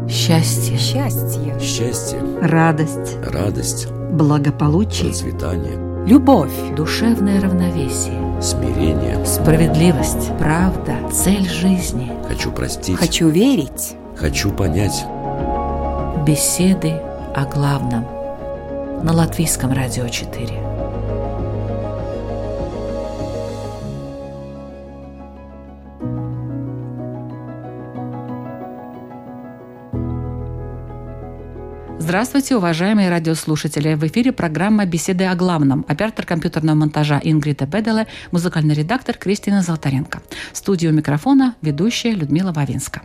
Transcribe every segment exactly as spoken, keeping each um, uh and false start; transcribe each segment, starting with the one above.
Счастье. Счастье. Счастье. Радость. Радость. Благополучие. Процветание. Любовь. Душевное равновесие. Смирение. Справедливость. Правда. Цель жизни. Хочу простить. Хочу верить. Хочу понять. Беседы о главном. На Латвийском радио четыре. Здравствуйте, уважаемые радиослушатели! В эфире программа «Беседы о главном». Оператор компьютерного монтажа Ингрида Беделе, музыкальный редактор Кристина Золотаренко. В студии у микрофона ведущая Людмила Вавинска.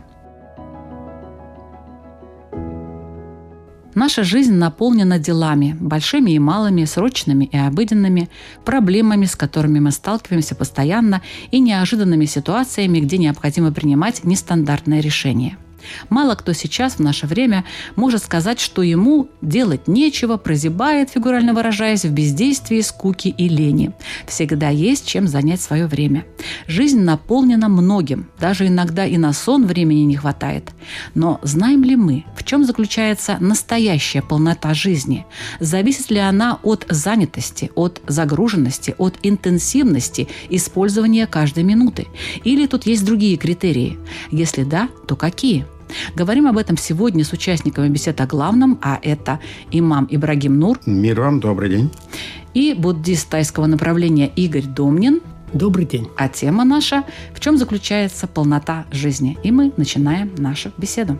Наша жизнь наполнена делами, большими и малыми, срочными и обыденными, проблемами, с которыми мы сталкиваемся постоянно, и неожиданными ситуациями, где необходимо принимать нестандартные решения. Мало кто сейчас, в наше время, может сказать, что ему делать нечего, прозябает, фигурально выражаясь, в бездействии, скуке и лени. Всегда есть чем занять свое время. Жизнь наполнена многим, даже иногда и на сон времени не хватает. Но знаем ли мы, в чем заключается настоящая полнота жизни? Зависит ли она от занятости, от загруженности, от интенсивности использования каждой минуты? Или тут есть другие критерии? Если да, то какие? Говорим об этом сегодня с участниками бесед о главном, а это имам Ибрагим Нур. Мир вам, добрый день. И буддист тайского направления Игорь Домнин. Добрый день. А тема наша «В чем заключается полнота жизни?» И мы начинаем нашу беседу.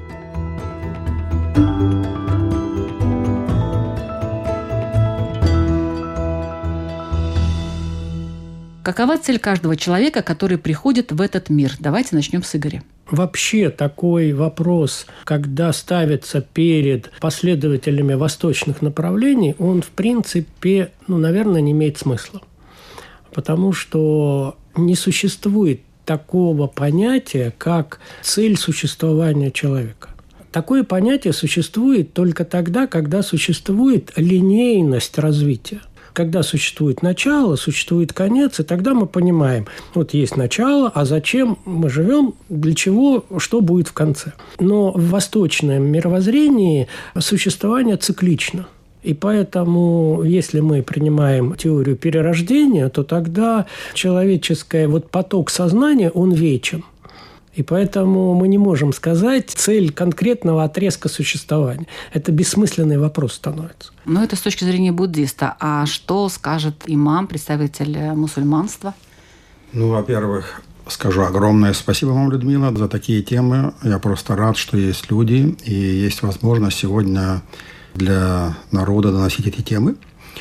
Какова цель каждого человека, который приходит в этот мир? Давайте начнем с Игоря. Вообще такой вопрос, когда ставится перед последователями восточных направлений, он, в принципе, ну, наверное, не имеет смысла. Потому что не существует такого понятия, как цель существования человека. Такое понятие существует только тогда, когда существует линейность развития. Когда существует начало, существует конец, и тогда мы понимаем, вот есть начало, а зачем мы живем, для чего, что будет в конце. Но в восточном мировоззрении существование циклично. И поэтому, если мы принимаем теорию перерождения, то тогда человеческий вот поток сознания, он вечен. И поэтому мы не можем сказать цель конкретного отрезка существования. Это бессмысленный вопрос становится. Но это с точки зрения буддиста. А что скажет имам, представитель мусульманства? Ну, во-первых, скажу огромное спасибо вам, Людмила, за такие темы. Я просто рад, что есть люди и есть возможность сегодня для народа доносить эти темы.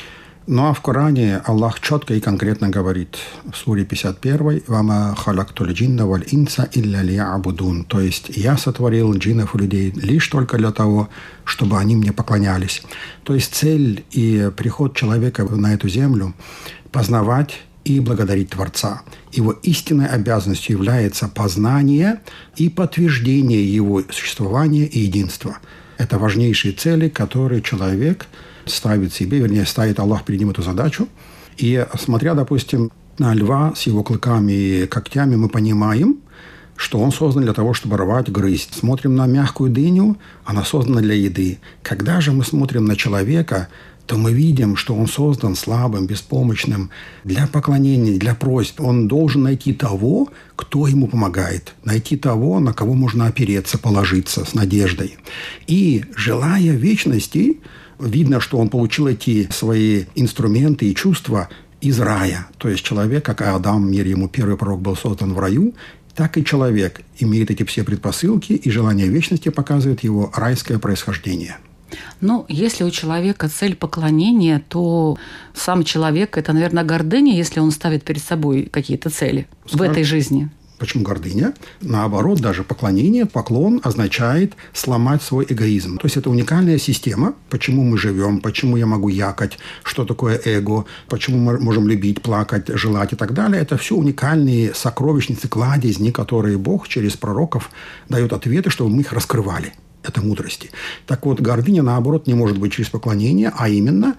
Ну, а в Коране Аллах четко и конкретно говорит в суре пятьдесят первой «Вама халактуль джинна валь инса илля лиябудун». То есть «Я сотворил джиннов и людей лишь только для того, чтобы они мне поклонялись». То есть цель и приход человека на эту землю – познавать и благодарить Творца. Его истинной обязанностью является познание и подтверждение его существования и единства. Это важнейшие цели, которые человек ставит себе, вернее, ставит Аллах перед ним эту задачу. И смотря, допустим, на льва с его клыками и когтями, мы понимаем, что он создан для того, чтобы рвать, грызть. Смотрим на мягкую дыню, она создана для еды. Когда же мы смотрим на человека, то мы видим, что он создан слабым, беспомощным, для поклонения, для просьб. Он должен найти того, кто ему помогает, найти того, на кого можно опереться, положиться с надеждой. И, желая вечности, видно, что он получил эти свои инструменты и чувства из рая. То есть человек, как и Адам, мир ему, первый пророк, был создан в раю, так и человек имеет эти все предпосылки, и желание вечности показывает его райское происхождение. Ну, если у человека цель поклонения, то сам человек – это, наверное, гордыня, если он ставит перед собой какие-то цели Скажем, в этой жизни. Почему гордыня? Наоборот, даже поклонение, поклон означает сломать свой эгоизм. То есть это уникальная система, почему мы живем, почему я могу якать, что такое эго, почему мы можем любить, плакать, желать и так далее. Это все уникальные сокровищницы, кладезни, которые Бог через пророков дает ответы, чтобы мы их раскрывали. Это мудрости. Так вот, гордыня, наоборот, не может быть через поклонение, а именно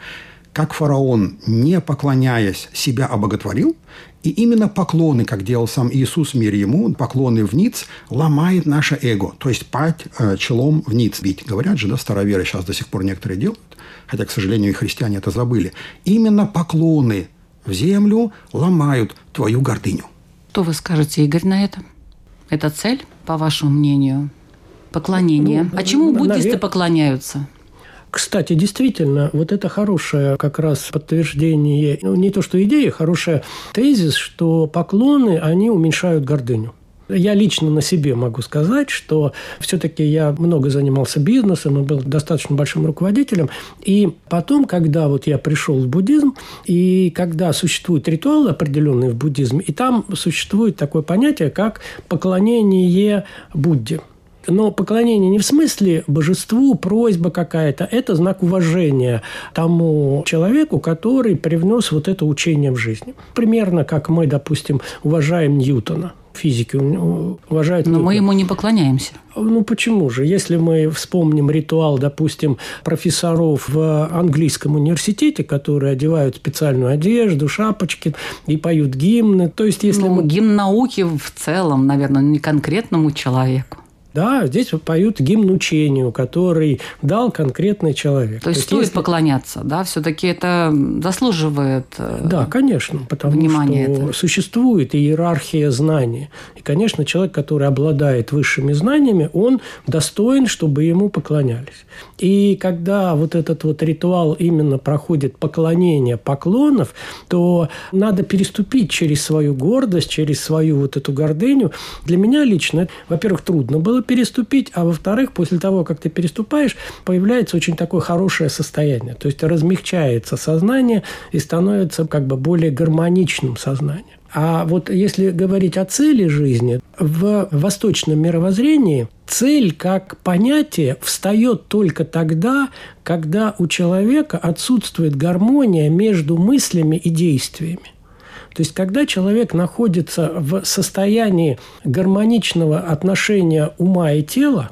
как фараон, не поклоняясь, себя обоготворил, и именно поклоны, как делал сам Иисус, мир ему, поклоны вниз, ломает наше эго. То есть пать э, челом вниз бить. Говорят же, да, староверы сейчас до сих пор некоторые делают, хотя, к сожалению, и христиане это забыли. Именно поклоны в землю ломают твою гордыню. Что вы скажете, Игорь, на это? Это цель, по вашему мнению, поклонение. Ну, а чему навер... буддисты поклоняются? Кстати, действительно, вот это хорошее как раз подтверждение, ну, не то что идея, хороший тезис, что поклоны, они уменьшают гордыню. Я лично на себе могу сказать, что все-таки я много занимался бизнесом и был достаточно большим руководителем. И потом, когда вот я пришел в буддизм, и когда существуют ритуалы определенные в буддизме, и там существует такое понятие, как поклонение Будде. Но поклонение не в смысле божеству, просьба какая-то. Это знак уважения тому человеку, который привнес вот это учение в жизнь. Примерно как мы, допустим, уважаем Ньютона. Физики уважают Но Ньютона. мы ему не поклоняемся. Ну, почему же? Если мы вспомним ритуал, допустим, профессоров в английском университете, которые одевают специальную одежду, шапочки и поют гимны. То есть, если ну, мы... гимн науки в целом, наверное, не конкретному человеку. Да, здесь поют гимн учению, который дал конкретный человек. То есть, То есть стоит если... поклоняться, да? Все-таки это заслуживает Да, конечно, потому внимания что это. Существует иерархия знаний. И, конечно, человек, который обладает высшими знаниями, он достоин, чтобы ему поклонялись. И когда вот этот вот ритуал именно проходит поклонение поклонов, то надо переступить через свою гордость, через свою вот эту гордыню. Для меня лично, во-первых, трудно было переступить, а во-вторых, после того, как ты переступаешь, появляется очень такое хорошее состояние. То есть размягчается сознание и становится как бы более гармоничным сознанием. А вот если говорить о цели жизни, в восточном мировоззрении цель как понятие встает только тогда, когда у человека отсутствует гармония между мыслями и действиями. То есть, когда человек находится в состоянии гармоничного отношения ума и тела,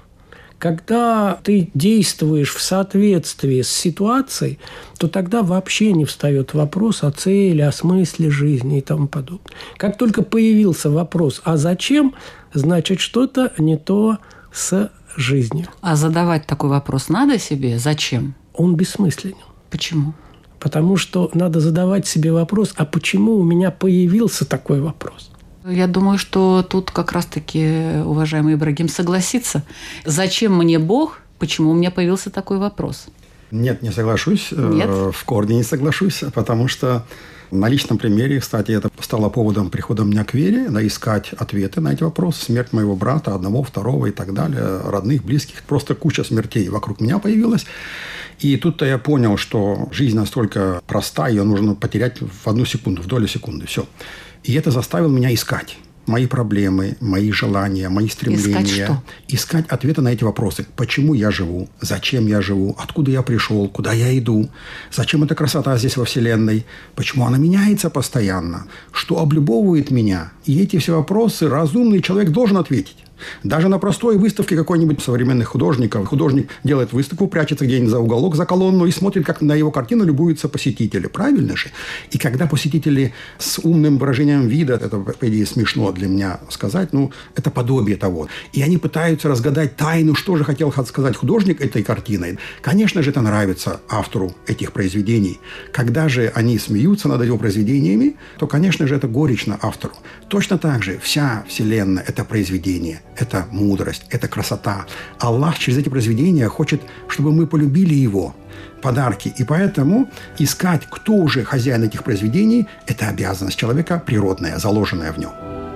когда ты действуешь в соответствии с ситуацией, то тогда вообще не встает вопрос о цели, о смысле жизни и тому подобное. Как только появился вопрос «а зачем?», значит, что-то не то с жизнью. А задавать такой вопрос надо себе? Зачем? Он бессмысленен. Почему? Потому что надо задавать себе вопрос, а почему у меня появился такой вопрос? Я думаю, что тут как раз-таки, уважаемый Ибрагим, согласится. Зачем мне Бог? Почему у меня появился такой вопрос? Нет, не соглашусь. Нет? В корне не соглашусь, потому что на личном примере, кстати, это стало поводом прихода меня к вере, да, искать ответы на эти вопросы. Смерть моего брата, одного, второго и так далее, родных, близких. Просто куча смертей вокруг меня появилась. И тут-то я понял, что жизнь настолько проста, ее нужно потерять в одну секунду, в долю секунды. Все. И это заставило меня искать мои проблемы, мои желания, мои стремления. Искать что? Искать ответы на эти вопросы. Почему я живу? Зачем я живу? Откуда я пришел? Куда я иду? Зачем эта красота здесь во Вселенной? Почему она меняется постоянно? Что облюбовывает меня? И эти все вопросы разумный человек должен ответить. Даже на простой выставке какой-нибудь современных художников. Художник делает выставку, прячется где-нибудь за уголок, за колонну и смотрит, как на его картину любуются посетители. Правильно же? И когда посетители с умным выражением вида, это, по идее, смешно для меня сказать, ну, это подобие того. И они пытаются разгадать тайну, что же хотел сказать художник этой картиной. Конечно же, это нравится автору этих произведений. Когда же они смеются над его произведениями, то, конечно же, это горечно автору. Точно так же вся Вселенная – это произведение. Это мудрость, это красота. Аллах через эти произведения хочет, чтобы мы полюбили Его подарки. И поэтому искать, кто уже хозяин этих произведений, это обязанность человека природная, заложенная в нем.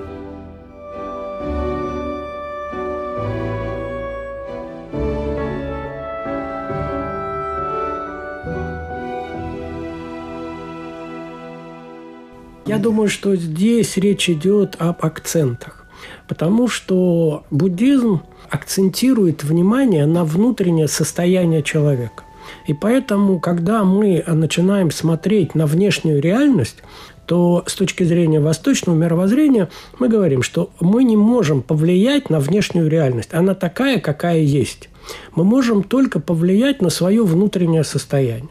Я думаю, что здесь речь идет об акцентах. Потому что буддизм акцентирует внимание на внутреннее состояние человека. И поэтому, когда мы начинаем смотреть на внешнюю реальность, то с точки зрения восточного мировоззрения мы говорим, что мы не можем повлиять на внешнюю реальность. Она такая, какая есть. Мы можем только повлиять на свое внутреннее состояние.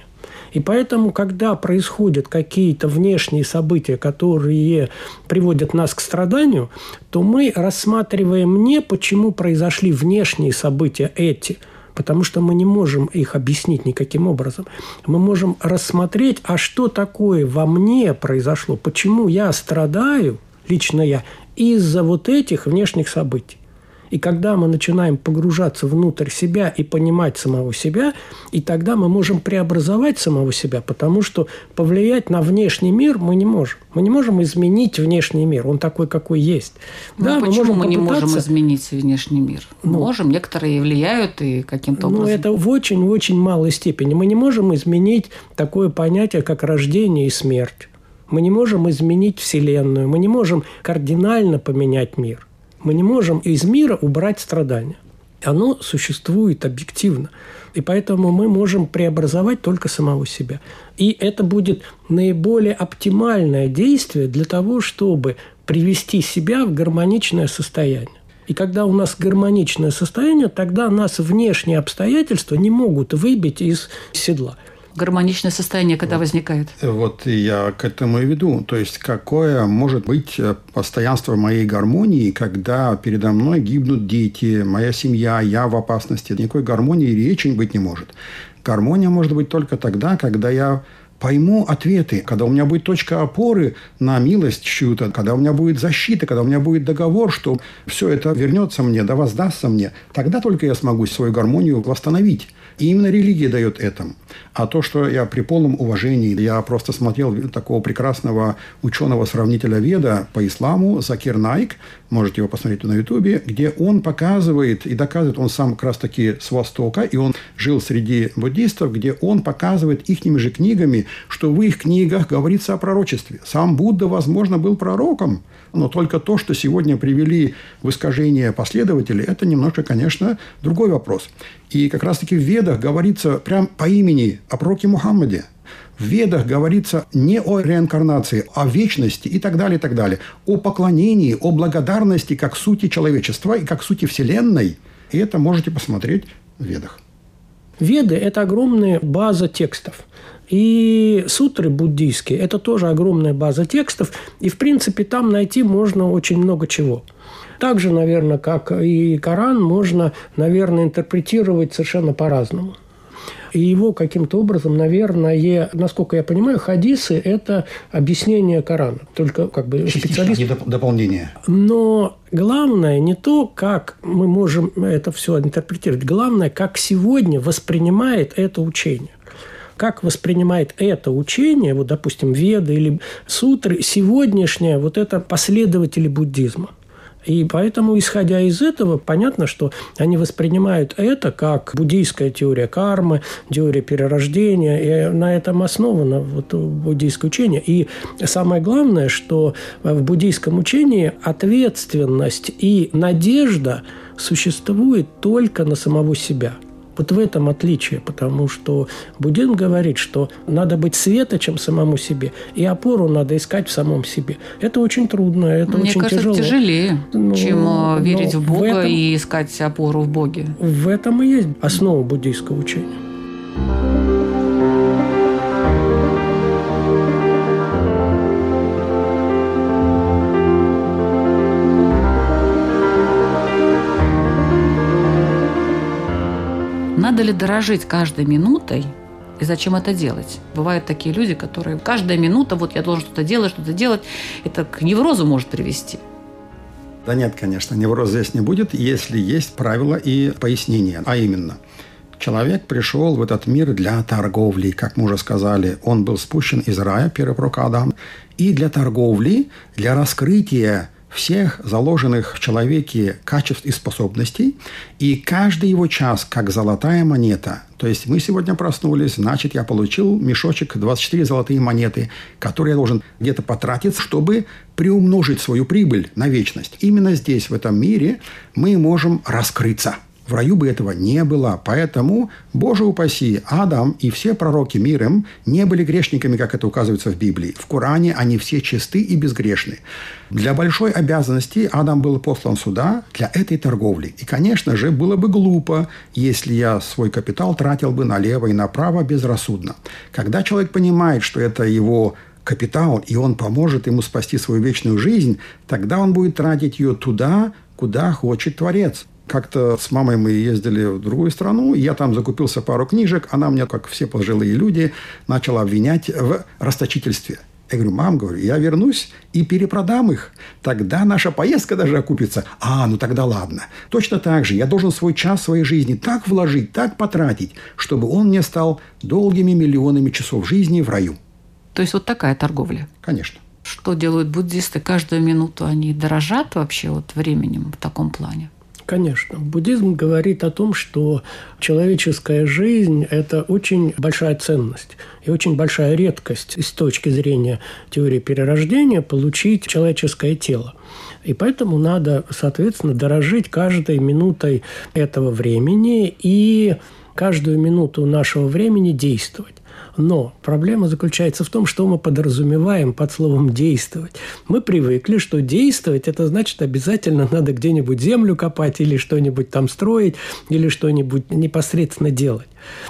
И поэтому, когда происходят какие-то внешние события, которые приводят нас к страданию, то мы рассматриваем не почему произошли внешние события эти, потому что мы не можем их объяснить никаким образом. Мы можем рассмотреть, а что такое во мне произошло, почему я страдаю, лично я, из-за вот этих внешних событий. И когда мы начинаем погружаться внутрь себя и понимать самого себя, и тогда мы можем преобразовать самого себя, потому что повлиять на внешний мир мы не можем. Мы не можем изменить внешний мир, он такой, какой есть. Ну, да, почему мы, мы не попытаться... можем изменить внешний мир? Ну, можем, некоторые влияют и каким-то образом. Ну, это в очень-очень малой степени. Мы не можем изменить такое понятие, как рождение и смерть. Мы не можем изменить Вселенную, мы не можем кардинально поменять мир. Мы не можем из мира убрать страдания. Оно существует объективно. И поэтому мы можем преобразовать только самого себя. И это будет наиболее оптимальное действие для того, чтобы привести себя в гармоничное состояние. И когда у нас гармоничное состояние, тогда нас внешние обстоятельства не могут выбить из седла. Гармоничное состояние когда вот, возникает? Вот я к этому и веду. То есть, какое может быть постоянство моей гармонии, когда передо мной гибнут дети, моя семья, я в опасности. Никакой гармонии речи быть не может. Гармония может быть только тогда, когда я пойму ответы, когда у меня будет точка опоры на милость чью-то, когда у меня будет защита, когда у меня будет договор, что все это вернется мне, да воздастся мне, тогда только я смогу свою гармонию восстановить. И именно религия дает этому. А то, что я при полном уважении, я просто смотрел такого прекрасного ученого-сравнителя Веда по исламу, Закир Найк, можете его посмотреть на Ютубе, где он показывает и доказывает, он сам как раз-таки с Востока, и он жил среди буддистов, где он показывает ихними же книгами, что в их книгах говорится о пророчестве. Сам Будда, возможно, был пророком, но только то, что сегодня привели в искажение последователи, это немножко, конечно, другой вопрос. И как раз-таки в Ведах говорится прям по имени о пророке Мухаммаде. В Ведах говорится не о реинкарнации, о вечности и так далее, и так далее. О поклонении, о благодарности как сути человечества и как сути Вселенной. И это можете посмотреть в Ведах. Веды – это огромная база текстов. И сутры буддийские – это тоже огромная база текстов. И, в принципе, там найти можно очень много чего. Так же, наверное, как и Коран, можно, наверное, интерпретировать совершенно по-разному. И его каким-то образом, наверное, насколько я понимаю, хадисы – это объяснение Корана. Только как бы специалист... Не дополнение. Но главное не то, как мы можем это все интерпретировать. Главное, как сегодня воспринимает это учение. Как воспринимает это учение, вот, допустим, Веды или сутры, сегодняшнее вот это последователи буддизма. И поэтому, исходя из этого, понятно, что они воспринимают это как буддийская теория кармы, теория перерождения, и на этом основано вот буддийское учение. И самое главное, что в буддийском учении ответственность и надежда существует только на самого себя. Вот в этом отличие, потому что буддизм говорит, что надо быть светочем самому себе, и опору надо искать в самом себе. Это очень трудно, это Мне очень кажется, тяжело. это тяжелее, но, чем верить в Бога в этом, и искать опору в Боге. В этом и есть основа буддийского учения. Надо ли дорожить каждой минутой? И зачем это делать? Бывают такие люди, которые каждая минута, вот я должен что-то делать, что-то делать, это к неврозу может привести. Да нет, конечно, невроз здесь не будет, если есть правила и пояснения. А именно, человек пришел в этот мир для торговли, как мы уже сказали. Он был спущен из рая, первый пророк Адам, и для торговли, для раскрытия всех заложенных в человеке качеств и способностей, и каждый его час как золотая монета. То есть мы сегодня проснулись, значит, я получил мешочек двадцать четыре золотые монеты, которые я должен где-то потратить, чтобы приумножить свою прибыль на вечность. Именно здесь, в этом мире, мы можем раскрыться В раю бы этого не было. Поэтому, Боже упаси, Адам и все пророки миром не были грешниками, как это указывается в Библии. В Коране они все чисты и безгрешны. Для большой обязанности Адам был послан сюда для этой торговли. И, конечно же, было бы глупо, если я свой капитал тратил бы налево и направо безрассудно. Когда человек понимает, что это его капитал, и он поможет ему спасти свою вечную жизнь, тогда он будет тратить ее туда, куда хочет Творец. Как-то с мамой мы ездили в другую страну, и я там закупился пару книжек. Она меня, как все пожилые люди, начала обвинять в расточительстве. Я говорю: мам, говорю, я вернусь и перепродам их. Тогда наша поездка даже окупится. А, ну тогда ладно. Точно так же я должен свой час своей жизни так вложить, так потратить, чтобы он мне стал долгими миллионами часов жизни в раю. То есть вот такая торговля? Конечно. Что делают буддисты? Каждую минуту они дорожат вообще вот временем в таком плане? Конечно. Буддизм говорит о том, что человеческая жизнь – это очень большая ценность и очень большая редкость с точки зрения теории перерождения получить человеческое тело. И поэтому надо, соответственно, дорожить каждой минутой этого времени и каждую минуту нашего времени действовать. Но проблема заключается в том, что мы подразумеваем под словом «действовать». Мы привыкли, что действовать – это значит, обязательно надо где-нибудь землю копать или что-нибудь там строить, или что-нибудь непосредственно делать.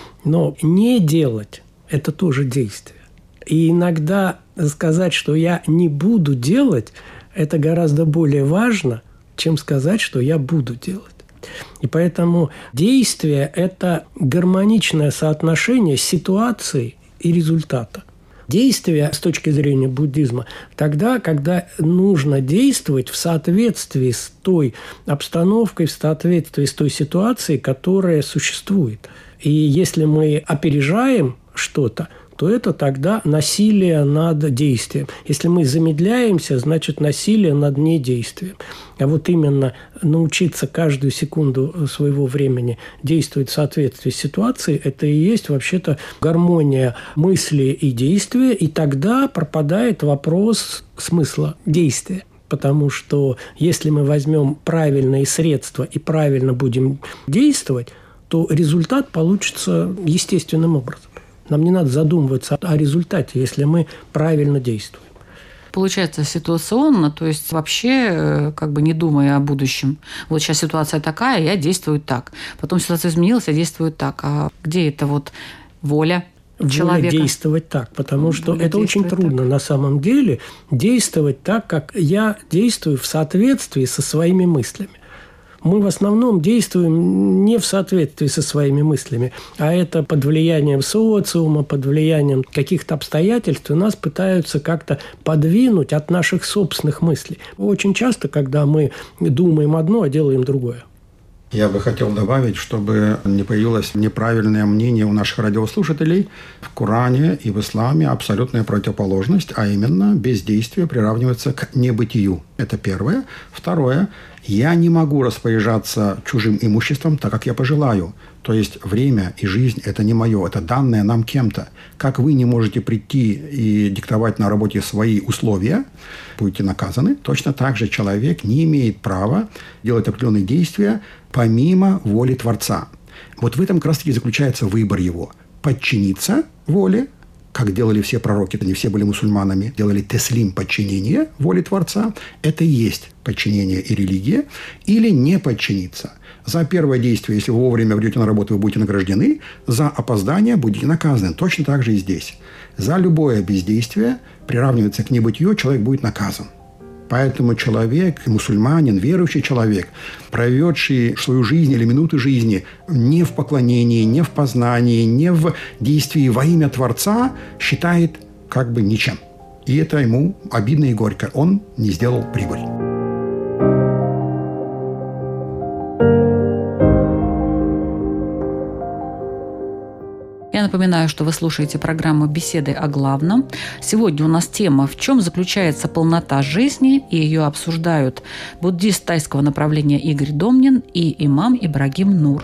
Но не делать – это тоже действие. И иногда сказать, что я не буду делать – это гораздо более важно, чем сказать, что я буду делать. И поэтому действие – это гармоничное соотношение ситуации и результата. Действие с точки зрения буддизма тогда, когда нужно действовать в соответствии с той обстановкой, в соответствии с той ситуацией, которая существует. И если мы опережаем что-то, то это тогда насилие над действием. Если мы замедляемся, значит насилие над недействием. А вот именно научиться каждую секунду своего времени действовать в соответствии с ситуацией, это и есть вообще-то гармония мысли и действия, и тогда пропадает вопрос смысла действия. Потому что если мы возьмем правильные средства и правильно будем действовать, то результат получится естественным образом. Нам не надо задумываться о результате, если мы правильно действуем. Получается ситуационно, то есть вообще как бы не думая о будущем. Вот сейчас ситуация такая, я действую так. Потом ситуация изменилась, я действую так. А где это вот воля человека? Воля действовать так, потому что воля это очень трудно так. На самом деле действовать так, как я действую в соответствии со своими мыслями. Мы в основном действуем не в соответствии со своими мыслями, а это под влиянием социума, под влиянием каких-то обстоятельств, и нас пытаются как-то подвинуть от наших собственных мыслей. Очень часто, когда мы думаем одно, а делаем другое. Я бы хотел добавить, чтобы не появилось неправильное мнение у наших радиослушателей. В Коране и в исламе абсолютная противоположность, а именно бездействие приравнивается к небытию. Это первое. Второе. Я не могу распоряжаться чужим имуществом так, как я пожелаю. То есть время и жизнь – это не мое, это данное нам кем-то. Как вы не можете прийти и диктовать на работе свои условия, будете наказаны, точно так же человек не имеет права делать определенные действия помимо воли Творца. Вот в этом как раз-таки заключается выбор его. Подчиниться воле, как делали все пророки, они все были мусульманами, делали теслим, подчинение воле Творца. Это и есть подчинение и религия. Или не подчиниться. За первое действие, если вы вовремя придете на работу, вы будете награждены. За опоздание будете наказаны. Точно так же и здесь. За любое бездействие приравнивается к небытию, человек будет наказан. Поэтому человек, мусульманин, верующий человек, проведший свою жизнь или минуты жизни не в поклонении, не в познании, не в действии во имя Творца, считает как бы ничем. И это ему обидно и горько. Он не сделал прибыль. Я напоминаю, что вы слушаете программу «Беседы о главном». Сегодня у нас тема «В чем заключается полнота жизни?» и ее обсуждают буддист тайского направления Игорь Домнин и имам Ибрагим Нур.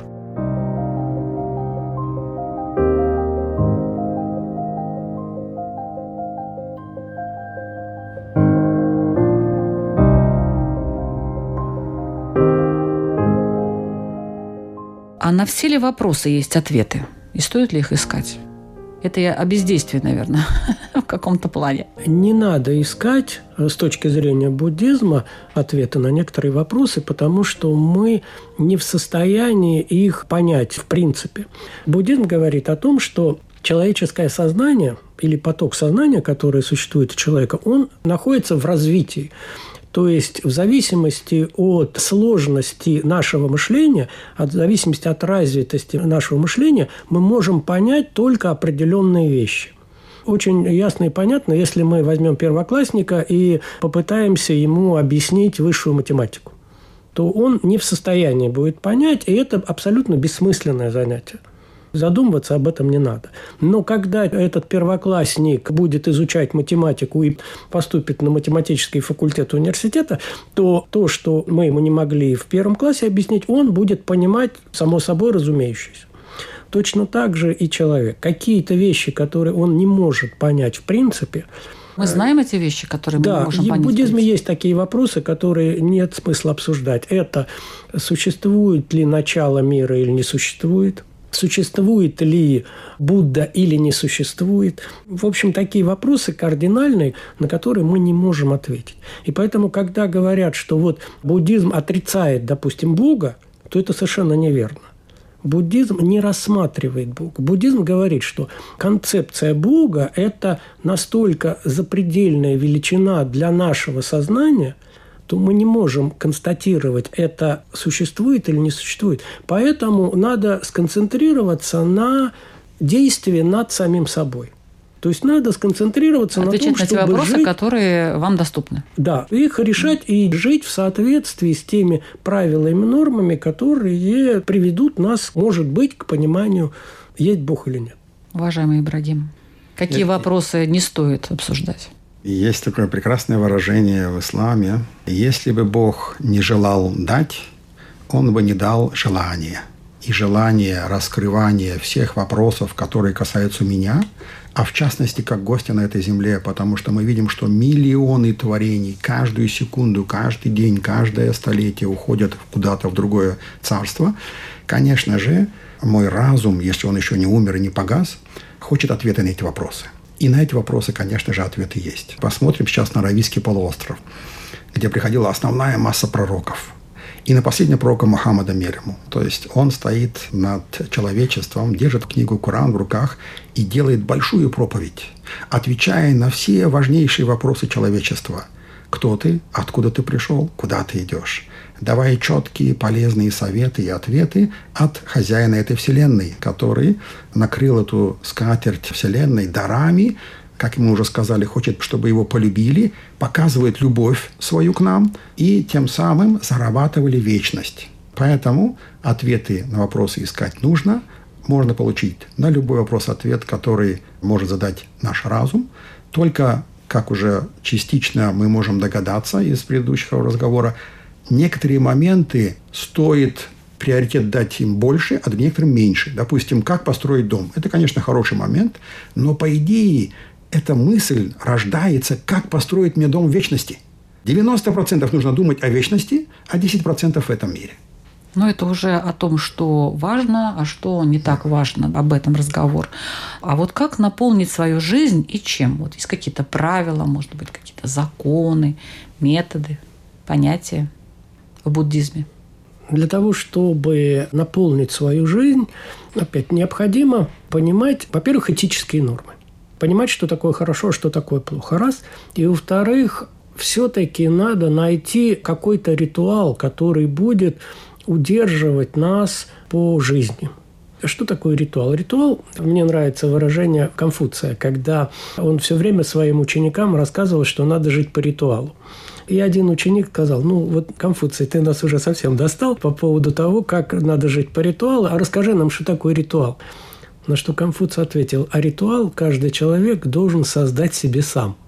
А на все ли вопросы есть ответы? И стоит ли их искать? Это я о бездействии, наверное, в каком-то плане. Не надо искать с точки зрения буддизма ответы на некоторые вопросы, потому что мы не в состоянии их понять в принципе. Буддизм говорит о том, что человеческое сознание или поток сознания, который существует у человека, он находится в развитии. То есть в зависимости от сложности нашего мышления, от зависимости от развитости нашего мышления, мы можем понять только определенные вещи. Очень ясно и понятно, если мы возьмем первоклассника и попытаемся ему объяснить высшую математику, то он не в состоянии будет понять, и это абсолютно бессмысленное занятие. Задумываться об этом не надо. Но когда этот первоклассник будет изучать математику и поступит на математический факультет университета, то то, что мы ему не могли в первом классе объяснить, он будет понимать само собой разумеющееся. Точно так же и человек. Какие-то вещи, которые он не может понять в принципе. Мы знаем эти вещи, которые да, мы можем понять. Да, в буддизме есть такие вопросы, которые нет смысла обсуждать. Это существует ли начало мира или не существует? Существует ли Будда или не существует? В общем, такие вопросы кардинальные, на которые мы не можем ответить. И поэтому, когда говорят, что вот буддизм отрицает, допустим, Бога, то это совершенно неверно. Буддизм не рассматривает Бога. Буддизм говорит, что концепция Бога – это настолько запредельная величина для нашего сознания, то мы не можем констатировать, это существует или не существует. Поэтому надо сконцентрироваться на действии над самим собой. То есть надо сконцентрироваться Отвечать на том, на чтобы те вопросы, жить, которые вам доступны. Да, их решать и жить в соответствии с теми правилами, нормами, которые приведут нас, может быть, к пониманию, есть Бог или нет. Уважаемый Ибрагим, какие Нет. вопросы не стоит обсуждать? Есть такое прекрасное выражение в исламе. Если бы Бог не желал дать, Он бы не дал желания. И желание раскрывания всех вопросов, которые касаются меня, а в частности, как гостя на этой земле, потому что мы видим, что миллионы творений каждую секунду, каждый день, каждое столетие уходят куда-то в другое царство. Конечно же, мой разум, если он еще не умер и не погас, хочет ответы на эти вопросы. И на эти вопросы, конечно же, ответы есть. Посмотрим сейчас на Аравийский полуостров, где приходила основная масса пророков. И на последнего пророка Мухаммада мир ему. То есть он стоит над человечеством, держит книгу Коран в руках и делает большую проповедь, отвечая на все важнейшие вопросы человечества. Кто ты? Откуда ты пришел? Куда ты идешь? Давая четкие, полезные советы и ответы от хозяина этой вселенной, который накрыл эту скатерть вселенной дарами, как мы уже сказали, хочет, чтобы его полюбили, показывает любовь свою к нам и тем самым зарабатывали вечность. Поэтому ответы на вопросы искать нужно. Можно получить на любой вопрос ответ, который может задать наш разум. Только, как уже частично мы можем догадаться из предыдущего разговора, некоторые моменты стоит приоритет дать им больше, а некоторым меньше. Допустим, как построить дом. Это, конечно, хороший момент, но по идее эта мысль рождается, как построить мне дом в вечности. девяносто процентов нужно думать о вечности, а десять процентов в этом мире. Но это уже о том, что важно, а что не так важно. Об этом разговор. А вот как наполнить свою жизнь и чем? Вот есть какие-то правила, может быть, какие-то законы, методы, понятия в буддизме? Для того, чтобы наполнить свою жизнь, опять необходимо понимать, во-первых, этические нормы. Понимать, что такое хорошо, что такое плохо. Раз. И, во-вторых, все-таки надо найти какой-то ритуал, который будет удерживать нас по жизни. Что такое ритуал? Ритуал, мне нравится выражение Конфуция, когда он все время своим ученикам рассказывал, что надо жить по ритуалу. И один ученик сказал: ну вот, Конфуций, ты нас уже совсем достал по поводу того, как надо жить по ритуалу, а расскажи нам, что такое ритуал. На что Конфуций ответил: а ритуал каждый человек должен создать себе сам.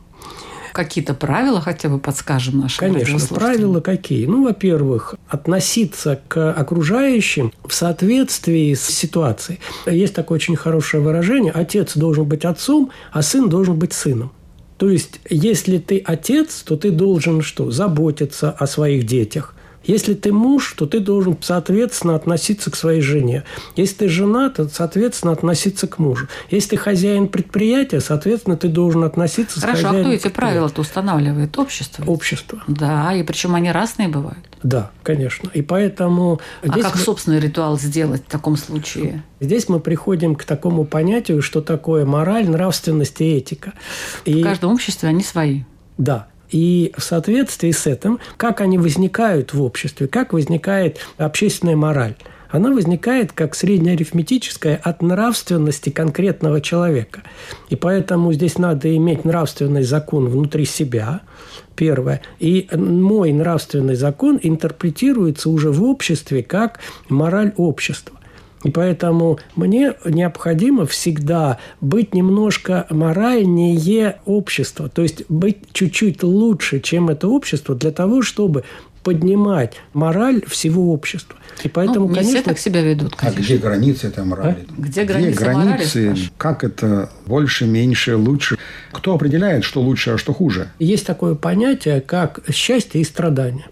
Какие-то правила хотя бы подскажем нашим радиослушателям? Конечно, правила какие? Ну, во-первых, относиться к окружающим в соответствии с ситуацией. Есть такое очень хорошее выражение: отец должен быть отцом, а сын должен быть сыном. То есть, если ты отец, то ты должен что? Заботиться о своих детях. Если ты муж, то ты должен, соответственно, относиться к своей жене. Если ты жена, то, соответственно, относиться к мужу. Если ты хозяин предприятия, соответственно, ты должен относиться Хорошо, с хозяином. Хорошо, а кто эти правила-то устанавливает? Общество? Общество. Да, и причем они разные бывают. Да, конечно. И поэтому... А как мы... собственный ритуал сделать в таком случае? Здесь мы приходим к такому понятию, что такое мораль, нравственность и этика. И... В каждом обществе они свои. Да. И в соответствии с этим, как они возникают в обществе, как возникает общественная мораль. Она возникает как среднеарифметическая от нравственности конкретного человека. И поэтому здесь надо иметь нравственный закон внутри себя, первое. И мой нравственный закон интерпретируется уже в обществе как мораль общества. И поэтому мне необходимо всегда быть немножко моральнее общества, то есть быть чуть-чуть лучше, чем это общество, для того, чтобы поднимать мораль всего общества. И поэтому, ну, не конечно, все так себя ведут, конечно. А где границы этой морали? А? Где границы, где границы морали? Как это больше, меньше, лучше? Кто определяет, что лучше, а что хуже? Есть такое понятие, как счастье и страдание.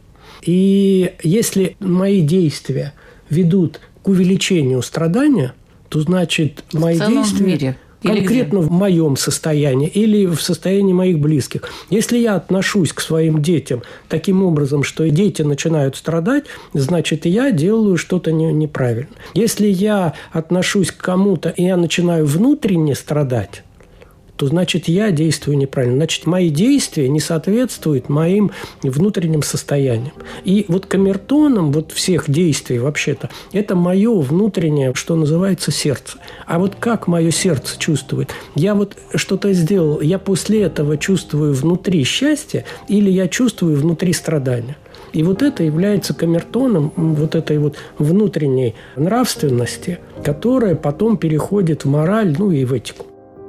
И если мои действия ведут к увеличению страдания, то значит мои в целом действия... в мире. Конкретно в моем состоянии или в состоянии моих близких. Если я отношусь к своим детям таким образом, что дети начинают страдать, значит, я делаю что-то не, неправильно. Если я отношусь к кому-то, и я начинаю внутренне страдать, то значит, я действую неправильно. Значит, мои действия не соответствуют моим внутренним состояниям. И вот камертоном вот всех действий вообще-то это мое внутреннее, что называется, сердце. А вот как мое сердце чувствует? Я вот что-то сделал, я после этого чувствую внутри счастье или я чувствую внутри страдания? И вот это является камертоном вот этой вот внутренней нравственности, которая потом переходит в мораль, ну и в этику.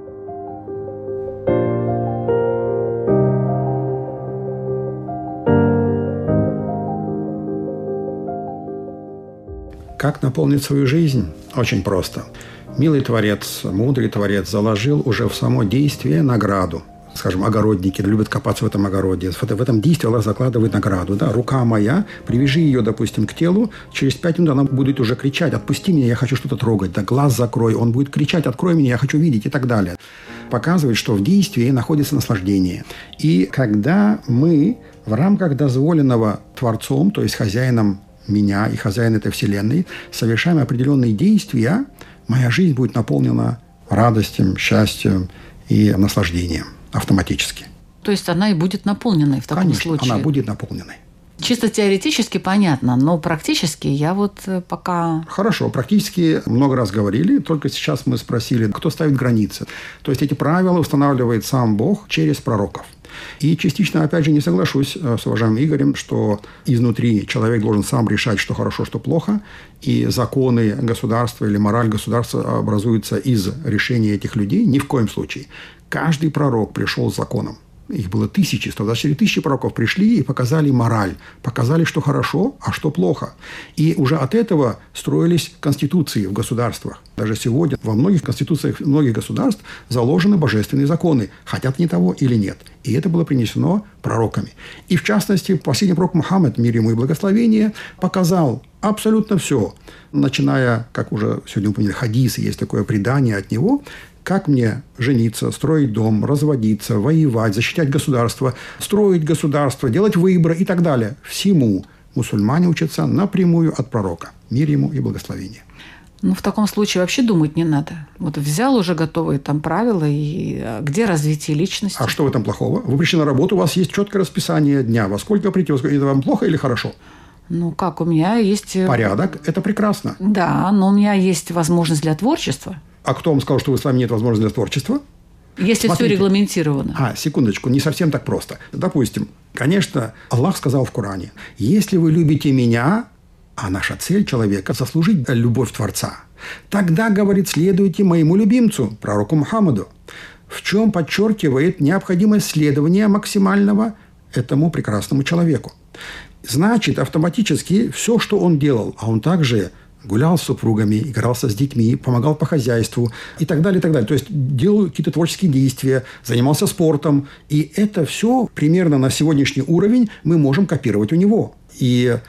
Как наполнить свою жизнь? Очень просто. Милый Творец, мудрый Творец заложил уже в само действие награду. Скажем, огородники любят копаться в этом огороде. В этом действии Аллах закладывает награду. Да? Рука моя, привяжи ее, допустим, к телу, через пять минут она будет уже кричать: «Отпусти меня, я хочу что-то трогать». Да, глаз закрой, он будет кричать: «Открой меня, я хочу видеть», и так далее. Показывает, что в действии находится наслаждение. И когда мы в рамках дозволенного Творцом, то есть хозяином меня и хозяин этой вселенной, совершаем определенные действия, моя жизнь будет наполнена радостью, счастьем и наслаждением автоматически. То есть она и будет наполненной в таком Конечно, случае? она будет наполненной. Чисто теоретически понятно, но практически я вот пока... Хорошо, практически много раз говорили, только сейчас мы спросили, кто ставит границы. То есть эти правила устанавливает сам Бог через пророков. И частично, опять же, не соглашусь с уважаемым Игорем, что изнутри человек должен сам решать, что хорошо, что плохо, и законы государства или мораль государства образуются из решения этих людей. Ни в коем случае. Каждый пророк пришел с законом. Их было тысячи, сто двадцать четыре тысячи пророков пришли и показали мораль, показали, что хорошо, а что плохо. И уже от этого строились конституции в государствах. Даже сегодня во многих конституциях многих государств заложены божественные законы, хотят они того или нет. И это было принесено пророками. И в частности, последний пророк Мухаммад, мир ему и благословение, показал абсолютно все, начиная, как уже сегодня упомянули, хадисы, есть такое предание от него, как мне жениться, строить дом, разводиться, воевать, защищать государство, строить государство, делать выборы и так далее. Всему мусульмане учатся напрямую от пророка. Мир ему и благословение. Ну, в таком случае вообще думать не надо. Вот взял уже готовые там правила, и где развитие личности? А что в этом плохого? Вы пришли на работу, у вас есть четкое расписание дня. Во сколько прийти? Это вам плохо или хорошо? Ну, как, у меня есть... Порядок – это прекрасно. Да, но у меня есть возможность для творчества. А кто вам сказал, что с вами нет возможности для творчества? Если Смотрите. Все регламентировано. А, секундочку, не совсем так просто. Допустим, конечно, Аллах сказал в Коране: «Если вы любите меня, а наша цель человека – заслужить любовь Творца, тогда, говорит, следуйте моему любимцу, пророку Мухаммаду», в чем подчеркивает необходимость следования максимального этому прекрасному человеку. Значит, автоматически все, что он делал, а он также гулял с супругами, игрался с детьми, помогал по хозяйству и так далее, и так далее. То есть делал какие-то творческие действия, занимался спортом. И это все примерно на сегодняшний уровень мы можем копировать у него. И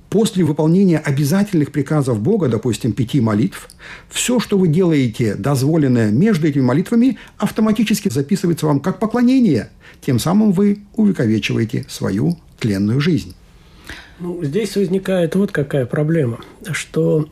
После выполнения обязательных приказов Бога, допустим, пяти молитв, все, что вы делаете, дозволенное между этими молитвами, автоматически записывается вам как поклонение. Тем самым вы увековечиваете свою тленную жизнь. Ну, здесь возникает вот какая проблема, что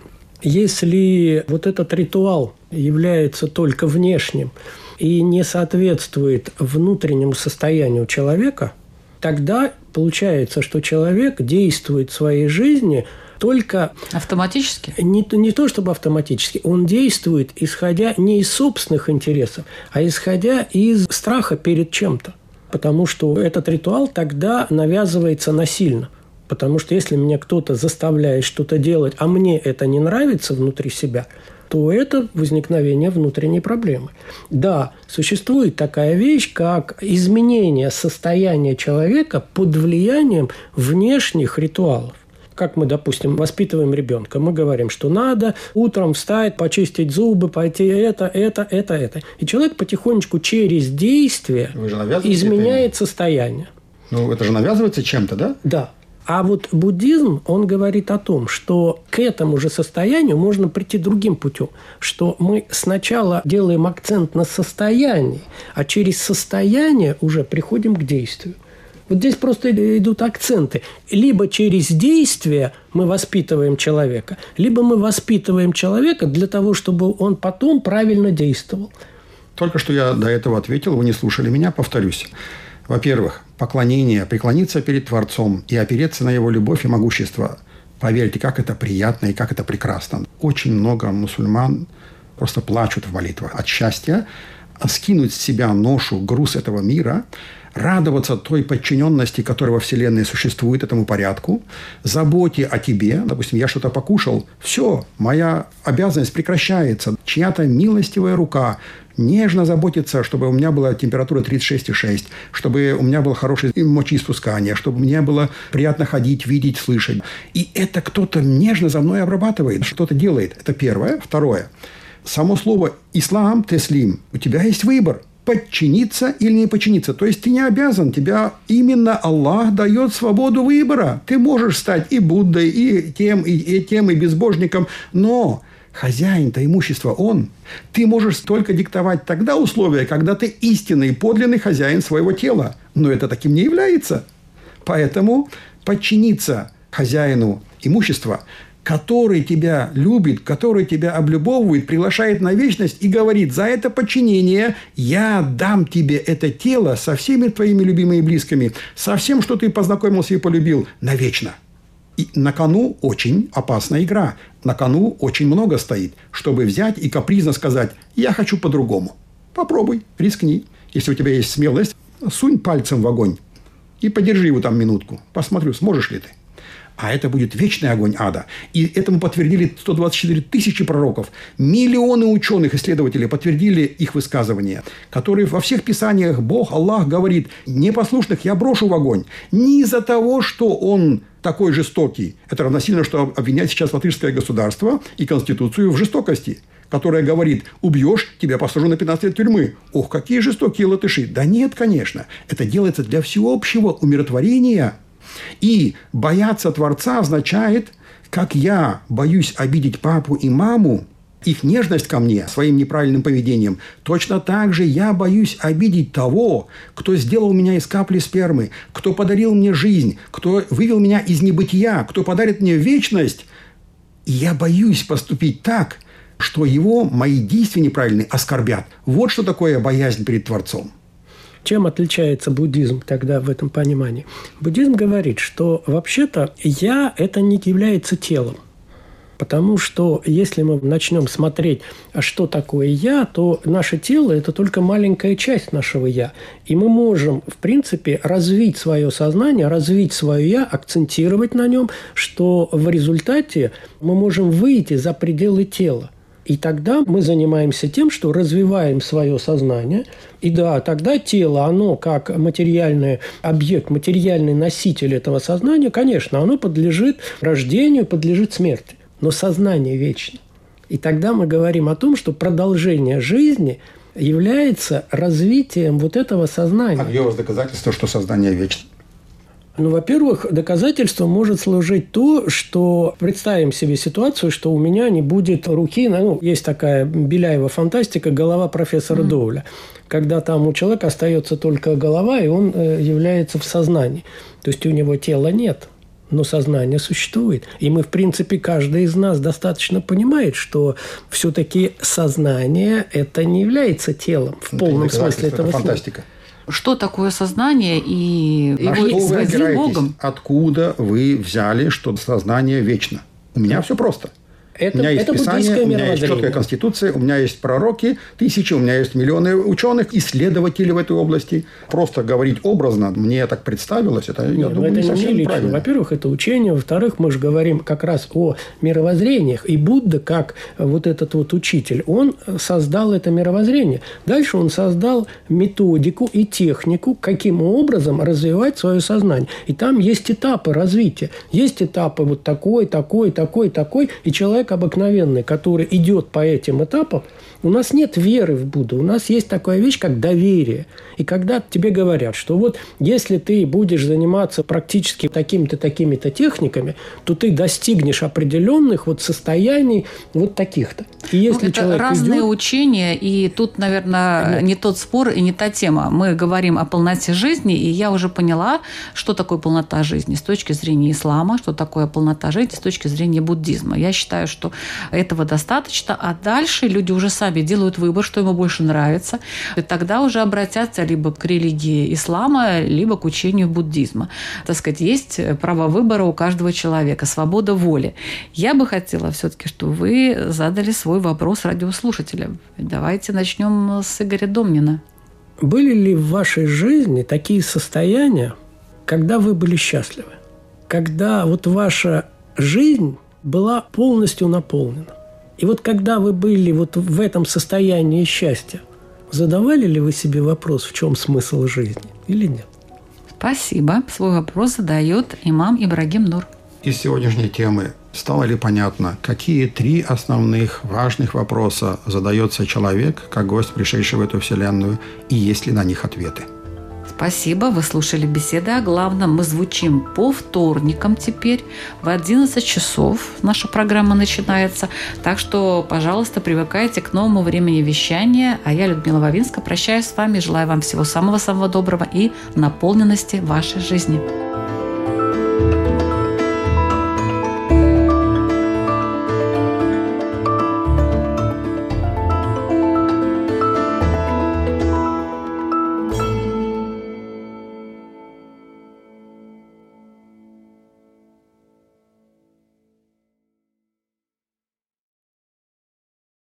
если вот этот ритуал является только внешним и не соответствует внутреннему состоянию человека, тогда получается, что человек действует в своей жизни только... Автоматически? Не, не то, чтобы автоматически. Он действует, исходя не из собственных интересов, а исходя из страха перед чем-то. Потому что этот ритуал тогда навязывается насильно. Потому что если меня кто-то заставляет что-то делать, а мне это не нравится внутри себя, то это возникновение внутренней проблемы. Да, существует такая вещь, как изменение состояния человека под влиянием внешних ритуалов. Как мы, допустим, воспитываем ребенка. Мы говорим, что надо утром встать, почистить зубы, пойти это, это, это, это. И человек потихонечку через действие изменяет это состояние. Ну, это же навязывается чем-то, да? Да. А вот буддизм, он говорит о том, что к этому же состоянию можно прийти другим путем, что мы сначала делаем акцент на состоянии, а через состояние уже приходим к действию. Вот здесь просто идут акценты. Либо через действие мы воспитываем человека, либо мы воспитываем человека для того, чтобы он потом правильно действовал. Только что я до этого ответил, вы не слушали меня, повторюсь. Во-первых, поклонение, преклониться перед Творцом и опереться на Его любовь и могущество. Поверьте, как это приятно и как это прекрасно. Очень много мусульман просто плачут в молитвах от счастья, скинуть с себя ношу, груз этого мира, радоваться той подчиненности, которая во Вселенной существует, этому порядку, заботе о тебе. Допустим, я что-то покушал, все, моя обязанность прекращается. Чья-то милостивая рука нежно заботится, чтобы у меня была температура тридцать шесть и шесть, чтобы у меня было хорошее мочеиспускание, чтобы мне было приятно ходить, видеть, слышать. И это кто-то нежно за мной обрабатывает, что-то делает. Это первое. Второе. Само слово «ислам», «теслим», у тебя есть выбор. Подчиниться или не подчиниться. То есть ты не обязан. Тебя именно Аллах дает свободу выбора. Ты можешь стать и Буддой, и тем, и, и тем, и безбожником. Но хозяин-то имущества он. Ты можешь только диктовать тогда условия, когда ты истинный, подлинный хозяин своего тела. Но это таким не является. Поэтому подчиниться хозяину имущества, который тебя любит, который тебя облюбовывает, приглашает на вечность и говорит: за это подчинение я дам тебе это тело со всеми твоими любимыми и близкими, со всем, что ты познакомился и полюбил, навечно. И на кону очень опасная игра. На кону очень много стоит, чтобы взять и капризно сказать: я хочу по-другому. Попробуй, рискни. Если у тебя есть смелость, сунь пальцем в огонь и подержи его там минутку. Посмотрю, сможешь ли ты. А это будет вечный огонь ада. И этому подтвердили сто двадцать четыре тысячи пророков. Миллионы ученых, исследователей подтвердили их высказывания, которые во всех писаниях Бог, Аллах говорит: непослушных я брошу в огонь. Не из-за того, что он такой жестокий. Это равносильно, что обвинять сейчас латышское государство и Конституцию в жестокости, которая говорит: убьешь, тебя посажу на пятнадцать лет тюрьмы. Ох, какие жестокие латыши. Да нет, конечно. Это делается для всеобщего умиротворения. И бояться Творца означает, как я боюсь обидеть папу и маму, их нежность ко мне своим неправильным поведением, точно так же я боюсь обидеть того, кто сделал меня из капли спермы, кто подарил мне жизнь, кто вывел меня из небытия, кто подарит мне вечность. И я боюсь поступить так, что его мои действия неправильные оскорбят. Вот что такое боязнь перед Творцом. Чем отличается буддизм тогда в этом понимании? Буддизм говорит, что вообще-то «я» – это не является телом. Потому что если мы начнем смотреть, что такое «я», то наше тело – это только маленькая часть нашего «я». И мы можем, в принципе, развить свое сознание, развить свое «я», акцентировать на нем, что в результате мы можем выйти за пределы тела. И тогда мы занимаемся тем, что развиваем свое сознание. И да, тогда тело, оно как материальный объект, материальный носитель этого сознания, конечно, оно подлежит рождению, подлежит смерти. Но сознание вечно. И тогда мы говорим о том, что продолжение жизни является развитием вот этого сознания. А где у вас доказательство, что сознание вечно? Ну, во-первых, доказательством может служить то, что представим себе ситуацию, что у меня не будет руки. Ну, есть такая Беляева фантастика «Голова профессора mm-hmm. Доуля», когда там у человека остается только голова, и он является в сознании. То есть у него тела нет, но сознание существует. И мы, в принципе, каждый из нас достаточно понимает, что все-таки сознание – это не является телом в это полном смысле этого слова. Фантастика. Что такое сознание и на его его связь с Богом? Откуда вы взяли, что сознание вечно? У меня все просто. Это, у меня есть это Писание, у меня есть четкая Конституция, у меня есть пророки, тысячи, у меня есть миллионы ученых, исследователей в этой области. Просто говорить образно, мне так представилось, это, Нет, я думаю, это не совсем не правильно. Во-первых, это учение. Во-вторых, мы же говорим как раз о мировоззрениях. И Будда, как вот этот вот учитель, он создал это мировоззрение. Дальше он создал методику и технику, каким образом развивать свое сознание. И там есть этапы развития. Есть этапы вот такой, такой, такой, такой. И человек обыкновенный, который идет по этим этапам, у нас нет веры в Будду, у нас есть такая вещь, как доверие. И когда тебе говорят, что вот если ты будешь заниматься практически такими-то, такими-то техниками, то ты достигнешь определенных вот состояний вот таких-то. И если ну, это человек разные идет... учения, и тут, наверное, нет. не тот спор и не та тема. Мы говорим о полноте жизни, и я уже поняла, что такое полнота жизни с точки зрения ислама, что такое полнота жизни с точки зрения буддизма. Я считаю, что этого достаточно, а дальше люди уже сами делают выбор, что ему больше нравится, и тогда уже обратятся либо к религии ислама, либо к учению буддизма. Так сказать, есть право выбора у каждого человека, свобода воли. Я бы хотела все-таки, чтобы вы задали свой вопрос радиослушателям. Давайте начнем с Игоря Домнина. Были ли в вашей жизни такие состояния, когда вы были счастливы? Когда вот ваша жизнь была полностью наполнена? И вот когда вы были вот в этом состоянии счастья, задавали ли вы себе вопрос, в чем смысл жизни или нет? Спасибо. Свой вопрос задает имам Ибрагим Нур. Из сегодняшней темы стало ли понятно, какие три основных важных вопроса задается человек, как гость, пришедший в эту вселенную, и есть ли на них ответы? Спасибо. Вы слушали беседы о главном. Мы звучим по вторникам теперь. В одиннадцать часов наша программа начинается. Так что, пожалуйста, привыкайте к новому времени вещания. А я, Людмила Вавинска, прощаюсь с вами. Желаю вам всего самого-самого доброго и наполненности вашей жизни.